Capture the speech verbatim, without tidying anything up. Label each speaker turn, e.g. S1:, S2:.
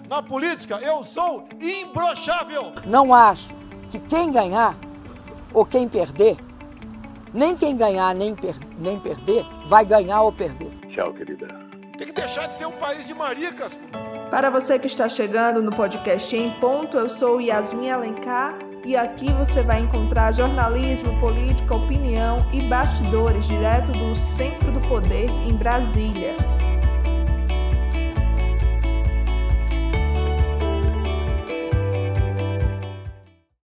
S1: na política, eu sou imbrochável.
S2: Não acho que quem ganhar ou quem perder, nem quem ganhar nem, per nem perder, vai ganhar ou perder.
S3: Tchau, querida.
S1: Tem que deixar de ser um país de maricas.
S4: Para você que está chegando no podcast Em Ponto, eu sou Yasmin Alencar e aqui você vai encontrar jornalismo, política, opinião e bastidores direto do Centro do Poder em Brasília.